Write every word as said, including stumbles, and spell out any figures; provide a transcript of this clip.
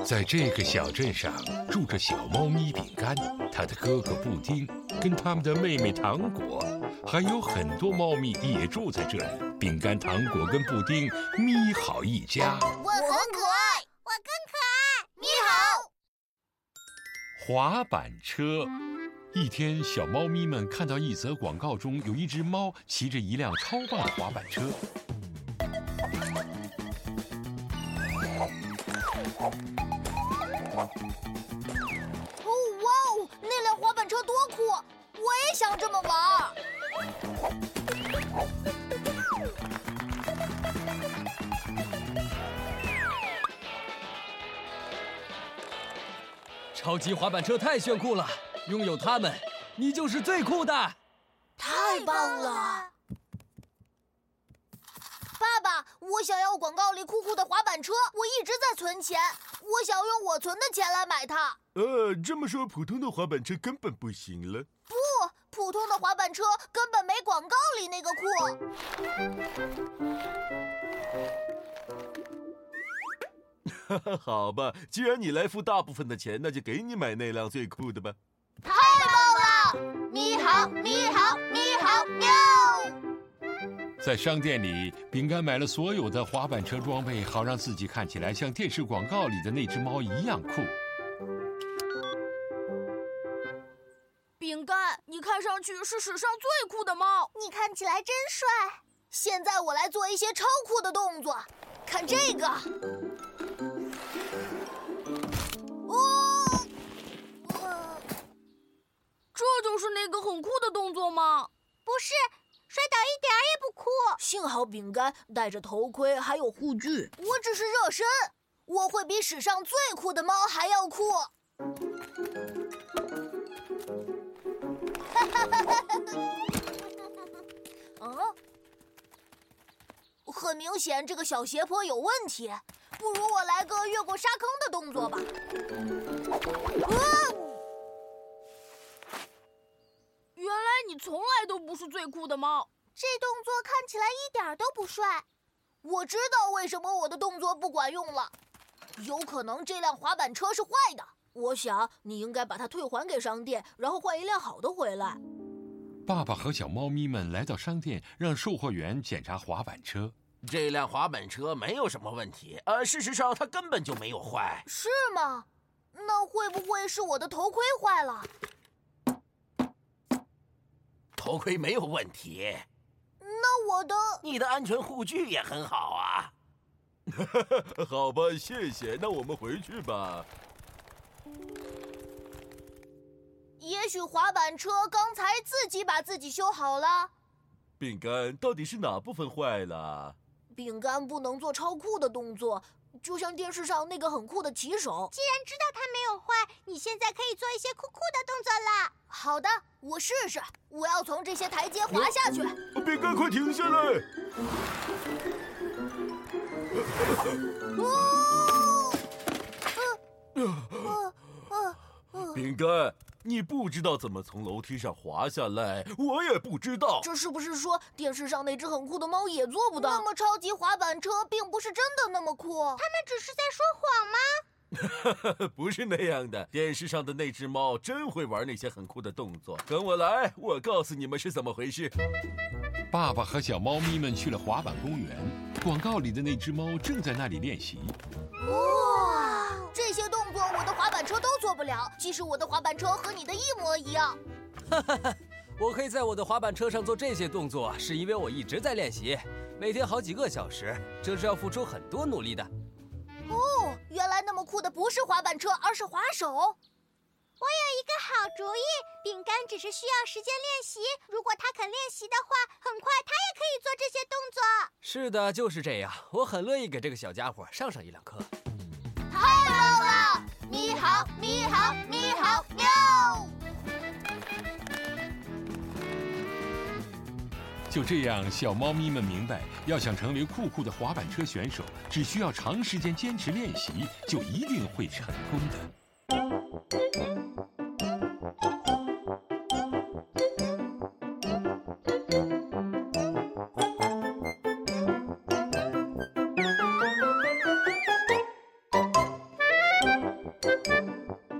在这个小镇上住着小猫咪饼干，它的哥哥布丁，跟他们的妹妹糖果，还有很多猫咪也住在这里。饼干、糖果跟布丁咪好一家。 我很可爱， 我更可爱， 咪好。 滑板车。一天，小猫咪们看到一则广告中有一只猫骑着一辆超棒的滑板车。 哦哇哦，那辆滑板车多酷！我也想这么玩。 超级滑板车太炫酷了，拥有它们，你就是最酷的！ 太棒了！爸爸，我想要广告里酷酷的滑板车，我一直在存钱，我想用我存的钱来买它。 呃，这么说普通的滑板车根本不行了？ 不，普通的滑板车根本没广告里那个酷。好吧，既然你来付大部分的钱，那就给你买那辆最酷的吧。 太棒了！咪好，咪好，咪好，喵！ 在商店里，饼干买了所有的滑板车装备，好让自己看起来像电视广告里的那只猫一样酷。 饼干，你看上去是史上最酷的猫， 你看起来真帅。 现在我来做一些超酷的动作，看这个。哦，呃，这就是那个很酷的动作吗？ 不是。摔倒一点儿也不酷。 幸好饼干戴着头盔还有护具，我只是热身，我会比史上最酷的猫还要酷。嗯，很明显这个小斜坡有问题，不如我来个越过沙坑的动作吧。啊！原来你从来都不是最酷的猫， 这动作看起来一点都不帅。 我知道为什么我的动作不管用了，有可能这辆滑板车是坏的。我想你应该把它退还给商店，然后换一辆好的回来。 爸爸和小猫咪们来到商店，让售货员检查滑板车。 这辆滑板车没有什么问题，呃，事实上它根本就没有坏。 是吗？那会不会是我的头盔坏了？ 头盔没有问题， 那我的…… 你的安全护具也很好啊。 好吧，谢谢。那我们回去吧。 也许滑板车刚才自己把自己修好了。 饼干，到底是哪部分坏了？ 饼干不能做超酷的动作，就像电视上那个很酷的骑手。 既然知道它没有坏，你现在可以做一些酷酷的动作了。 好的，我试试。我要从这些台阶滑下去。 饼干，快停下来！ 哦！ 饼干，你不知道怎么从楼梯上滑下来，我也不知道。 这是不是说电视上那只很酷的猫也做不到？那么超级滑板车并不是真的那么酷？ 他们只是在说谎吗？ 不是那样的，电视上的那只猫真会玩那些很酷的动作。跟我来，我告诉你们是怎么回事。 爸爸和小猫咪们去了滑板公园，广告里的那只猫正在那里练习。 哇，这些动作我的滑板车都做不了，其实我的滑板车和你的一模一样。 哈哈哈，我可以在我的滑板车上做这些动作，是因为我一直在练习，每天好几个小时，这是要付出很多努力的。 哦，原来那么酷的不是滑板车，而是滑手。 我有一个好主意，饼干只是需要时间练习，如果他肯练习的话，很快他也可以做这些动作。 是的，就是这样，我很乐意给这个小家伙上上一两课。 太棒了！咪好，咪好，咪好，喵！ 就这样，小猫咪们明白，要想成为酷酷的滑板车选手，只需要长时间坚持练习，就一定会成功的。 了。